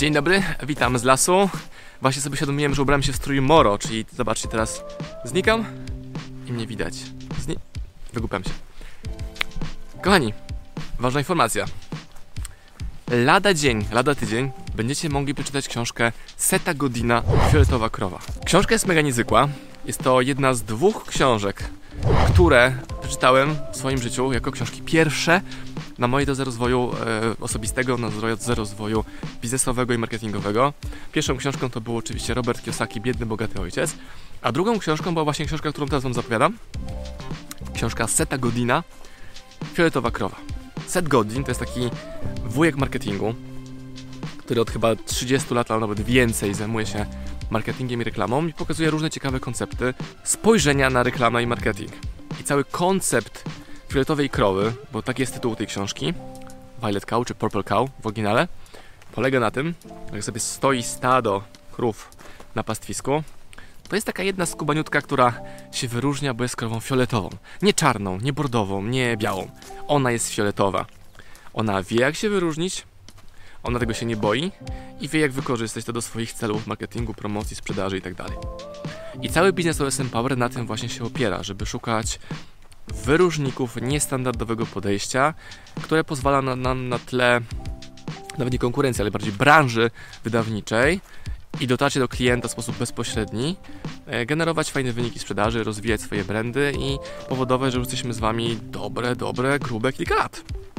Dzień dobry, witam z lasu. Właśnie sobie uświadomiłem, że ubrałem się w strój Moro, czyli zobaczcie, teraz znikam i mnie widać. Wygłupiam się. Kochani, ważna informacja. Lada tydzień będziecie mogli przeczytać książkę Setha Godina Fioletowa krowa. Książka jest mega niezwykła. Jest to jedna z 2 książek, które przeczytałem w swoim życiu jako książki pierwsze na mojej drodze rozwoju osobistego, na drodze rozwoju biznesowego i marketingowego. Pierwszą książką to był oczywiście Robert Kiyosaki, Biedny, bogaty ojciec, a drugą książką była właśnie książka, którą teraz wam zapowiadam. Książka Setha Godina Fioletowa krowa. Seth Godin to jest taki wujek marketingu, który od chyba 30 lat, albo nawet więcej zajmuje się marketingiem i reklamą i pokazuje różne ciekawe koncepty spojrzenia na reklamę i marketing. I cały koncept fioletowej krowy, bo taki jest tytuł tej książki, Violet Cow czy Purple Cow w oryginale, polega na tym, że jak sobie stoi stado krów na pastwisku, to jest taka jedna skubaniutka, która się wyróżnia, bo jest krową fioletową. Nie czarną, nie bordową, nie białą. Ona jest fioletowa. Ona wie, jak się wyróżnić, ona tego się nie boi i wie, jak wykorzystać to do swoich celów marketingu, promocji, sprzedaży itd. I cały biznes OSM Power na tym właśnie się opiera, żeby szukać wyróżników niestandardowego podejścia, które pozwala nam na tle, nawet nie konkurencji, ale bardziej branży wydawniczej i dotarcie do klienta w sposób bezpośredni, generować fajne wyniki sprzedaży, rozwijać swoje brandy i powodować, że już jesteśmy z wami dobre, grube kilka lat.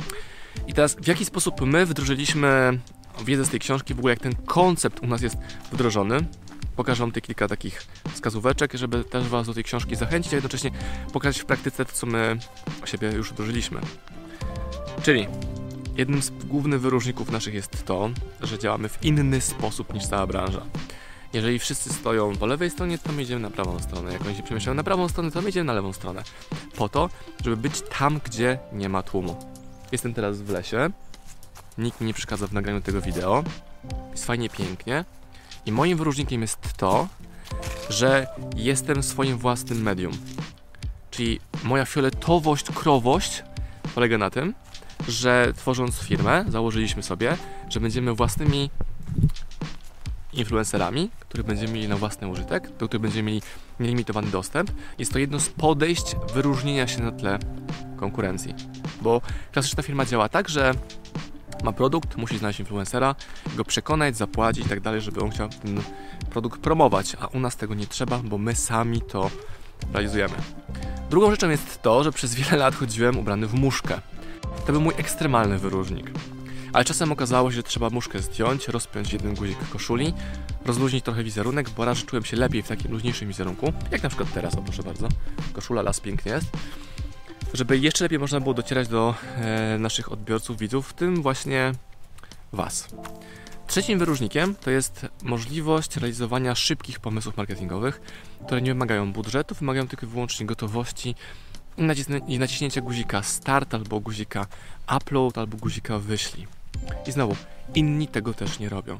I teraz w jaki sposób my wdrożyliśmy wiedzę z tej książki, w ogóle jak ten koncept u nas jest wdrożony. Pokażę wam kilka takich wskazóweczek, żeby też was do tej książki zachęcić, a jednocześnie pokazać w praktyce to, co my o siebie już wdrożyliśmy. Czyli jednym z głównych wyróżników naszych jest to, że działamy w inny sposób niż cała branża. Jeżeli wszyscy stoją po lewej stronie, to my idziemy na prawą stronę. Jak oni się przemieszczają na prawą stronę, to my idziemy na lewą stronę. Po to, żeby być tam, gdzie nie ma tłumu. Jestem teraz w lesie. Nikt mi nie przeszkadza w nagraniu tego wideo. Jest fajnie, pięknie. I moim wyróżnikiem jest to, że jestem swoim własnym medium. Czyli moja fioletowość, krowość polega na tym, że tworząc firmę, założyliśmy sobie, że będziemy własnymi influencerami, których będziemy mieli na własny użytek, do których będziemy mieli nielimitowany dostęp. Jest to jedno z podejść wyróżnienia się na tle konkurencji. Bo klasyczna firma działa tak, że ma produkt, musi znaleźć influencera, go przekonać, zapłacić i tak dalej, żeby on chciał ten produkt promować, a u nas tego nie trzeba, bo my sami to realizujemy. Drugą rzeczą jest to, że przez wiele lat chodziłem ubrany w muszkę. To był mój ekstremalny wyróżnik. Ale czasem okazało się, że trzeba muszkę zdjąć, rozpiąć jeden guzik koszuli, rozluźnić trochę wizerunek, bo raz czułem się lepiej w takim luźniejszym wizerunku, jak na przykład teraz, o proszę bardzo, koszula, las, pięknie jest, żeby jeszcze lepiej można było docierać do naszych odbiorców, widzów, w tym właśnie was. Trzecim wyróżnikiem to jest możliwość realizowania szybkich pomysłów marketingowych, które nie wymagają budżetu, wymagają tylko i wyłącznie gotowości i naciśnięcia guzika start, albo guzika upload, albo guzika wyślij. I znowu, inni tego też nie robią.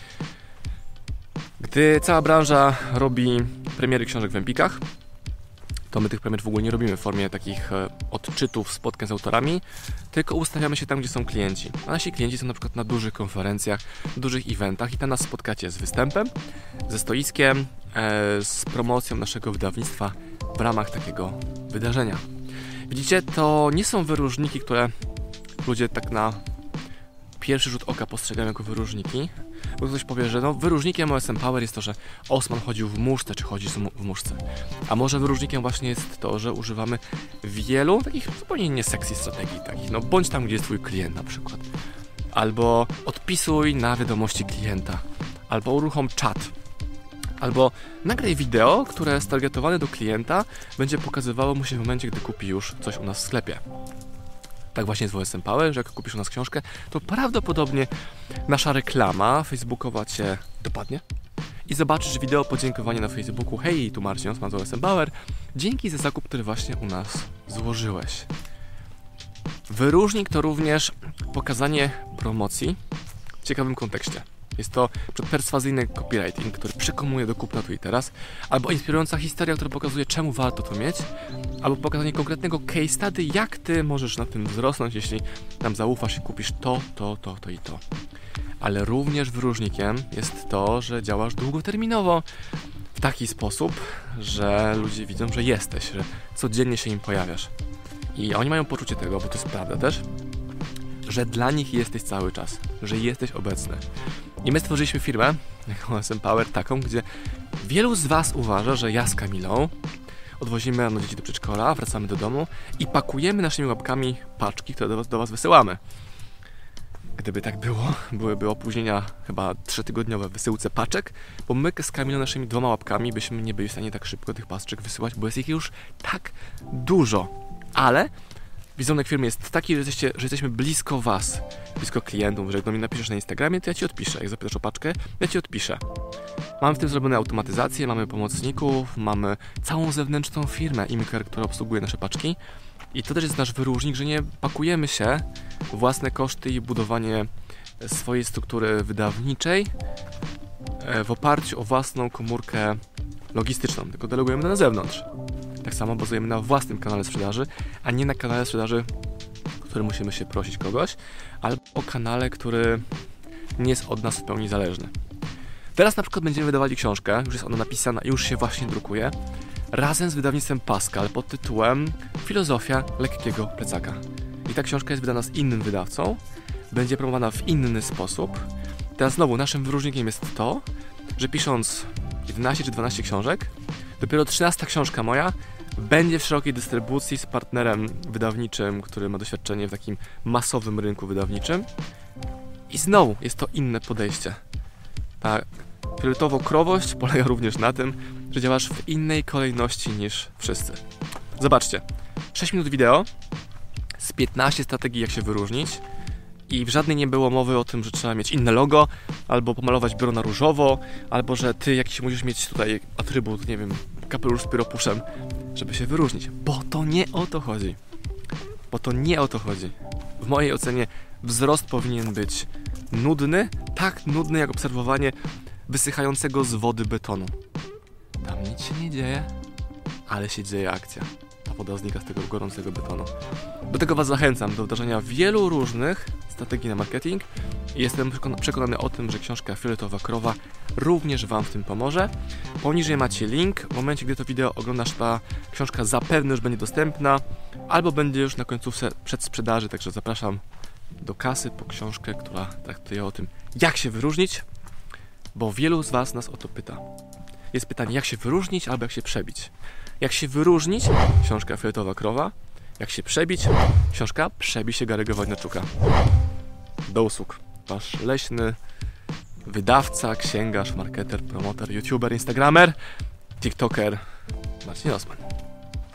Gdy cała branża robi premiery książek w Empikach, to my tych premier w ogóle nie robimy w formie takich odczytów, spotkań z autorami, tylko ustawiamy się tam, gdzie są klienci. A nasi klienci są na przykład na dużych konferencjach, dużych eventach i tam nas spotkacie z występem, ze stoiskiem, z promocją naszego wydawnictwa w ramach takiego wydarzenia. Widzicie, to nie są wyróżniki, które ludzie tak na pierwszy rzut oka postrzegają jako wyróżniki, bo ktoś powie, że no, wyróżnikiem OSM Power jest to, że Osman chodził w muszce, czy chodzi w muszce. A może wyróżnikiem właśnie jest to, że używamy wielu takich zupełnie nie sexy strategii, takich, no bądź tam, gdzie jest twój klient na przykład. Albo odpisuj na wiadomości klienta. Albo uruchom czat. Albo nagraj wideo, które stargetowane do klienta będzie pokazywało mu się w momencie, gdy kupi już coś u nas w sklepie. Tak właśnie jest w OSM Power, że jak kupisz u nas książkę, to prawdopodobnie nasza reklama facebookowa cię dopadnie i zobaczysz wideo podziękowania na Facebooku. Hej, tu Marcin Osman z OSM Power. Dzięki za zakup, który właśnie u nas złożyłeś. Wyróżnik to również pokazanie promocji w ciekawym kontekście. Jest to perswazyjny copywriting, który przekonuje do kupna tu i teraz, albo inspirująca historia, która pokazuje, czemu warto to mieć, albo pokazanie konkretnego case study, jak ty możesz na tym wzrosnąć, jeśli nam zaufasz i kupisz to i to. ale również wyróżnikiem jest to, że działasz długoterminowo w taki sposób, że ludzie widzą, że jesteś, że codziennie się im pojawiasz. I oni mają poczucie tego, bo to jest prawda też, że dla nich jesteś cały czas, że jesteś obecny. I my stworzyliśmy firmę, jako SM Power, taką, gdzie wielu z Was uważa, że ja z Kamilą odwozimy rano dzieci do przedszkola, wracamy do domu i pakujemy naszymi łapkami paczki, które do Was wysyłamy. Gdyby tak było, byłyby opóźnienia chyba 3-tygodniowe w wysyłce paczek, bo my z Kamilą naszymi 2 łapkami byśmy nie byli w stanie tak szybko tych paczek wysyłać, bo jest ich już tak dużo. Ale wizerunek firmy jest taki, że jesteśmy blisko Was, blisko klientów, że jak do mnie napiszesz na Instagramie, to ja Ci odpiszę. Jak zapytasz o paczkę, ja Ci odpiszę. Mamy w tym zrobione automatyzację, mamy pomocników, mamy całą zewnętrzną firmę IMCAR, która obsługuje nasze paczki. I to też jest nasz wyróżnik, że nie pakujemy się w własne koszty i budowanie swojej struktury wydawniczej w oparciu o własną komórkę logistyczną, tylko delegujemy to na zewnątrz. Tak samo bazujemy na własnym kanale sprzedaży, a nie na kanale sprzedaży, w którym musimy się prosić kogoś, albo o kanale, który nie jest od nas w pełni zależny. Teraz na przykład będziemy wydawali książkę, już jest ona napisana i już się właśnie drukuje, razem z wydawnictwem Pascal pod tytułem Filozofia lekkiego plecaka. I ta książka jest wydana z innym wydawcą, będzie promowana w inny sposób. Teraz znowu naszym wyróżnikiem jest to, że pisząc 11 czy 12 książek, dopiero 13 książka moja będzie w szerokiej dystrybucji z partnerem wydawniczym, który ma doświadczenie w takim masowym rynku wydawniczym. I znowu jest to inne podejście. Ta fioletowo-krowość polega również na tym, że działasz w innej kolejności niż wszyscy. Zobaczcie, 6 minut wideo z 15 strategii, jak się wyróżnić, i w żadnej nie było mowy o tym, że trzeba mieć inne logo, albo pomalować biuro na różowo, albo że ty jakiś musisz mieć tutaj atrybut, nie wiem, kapelusz z pióropuszem, żeby się wyróżnić. Bo to nie o to chodzi. Bo to nie o to chodzi. W mojej ocenie wzrost powinien być nudny, tak nudny jak obserwowanie wysychającego z wody betonu. Tam nic się nie dzieje, ale się dzieje akcja. Ta woda znika z tego gorącego betonu. Do tego Was zachęcam, do wdrożenia wielu różnych strategii na marketing i jestem przekonany o tym, że książka Fioletowa Krowa również Wam w tym pomoże. Poniżej macie link. W momencie, gdy to wideo oglądasz, ta książka zapewne już będzie dostępna albo będzie już na końcówce przedsprzedaży, także zapraszam do kasy po książkę, która traktuje o tym, jak się wyróżnić, bo wielu z Was nas o to pyta. Jest pytanie, jak się wyróżnić albo jak się przebić. Jak się wyróżnić? Książka Fioletowa Krowa. Jak się przebić? Książka Przebij się Garego Wojnaczuka. Do usług. Wasz leśny wydawca, księgarz, marketer, promotor, youtuber, instagramer, tiktoker Marcin Osman.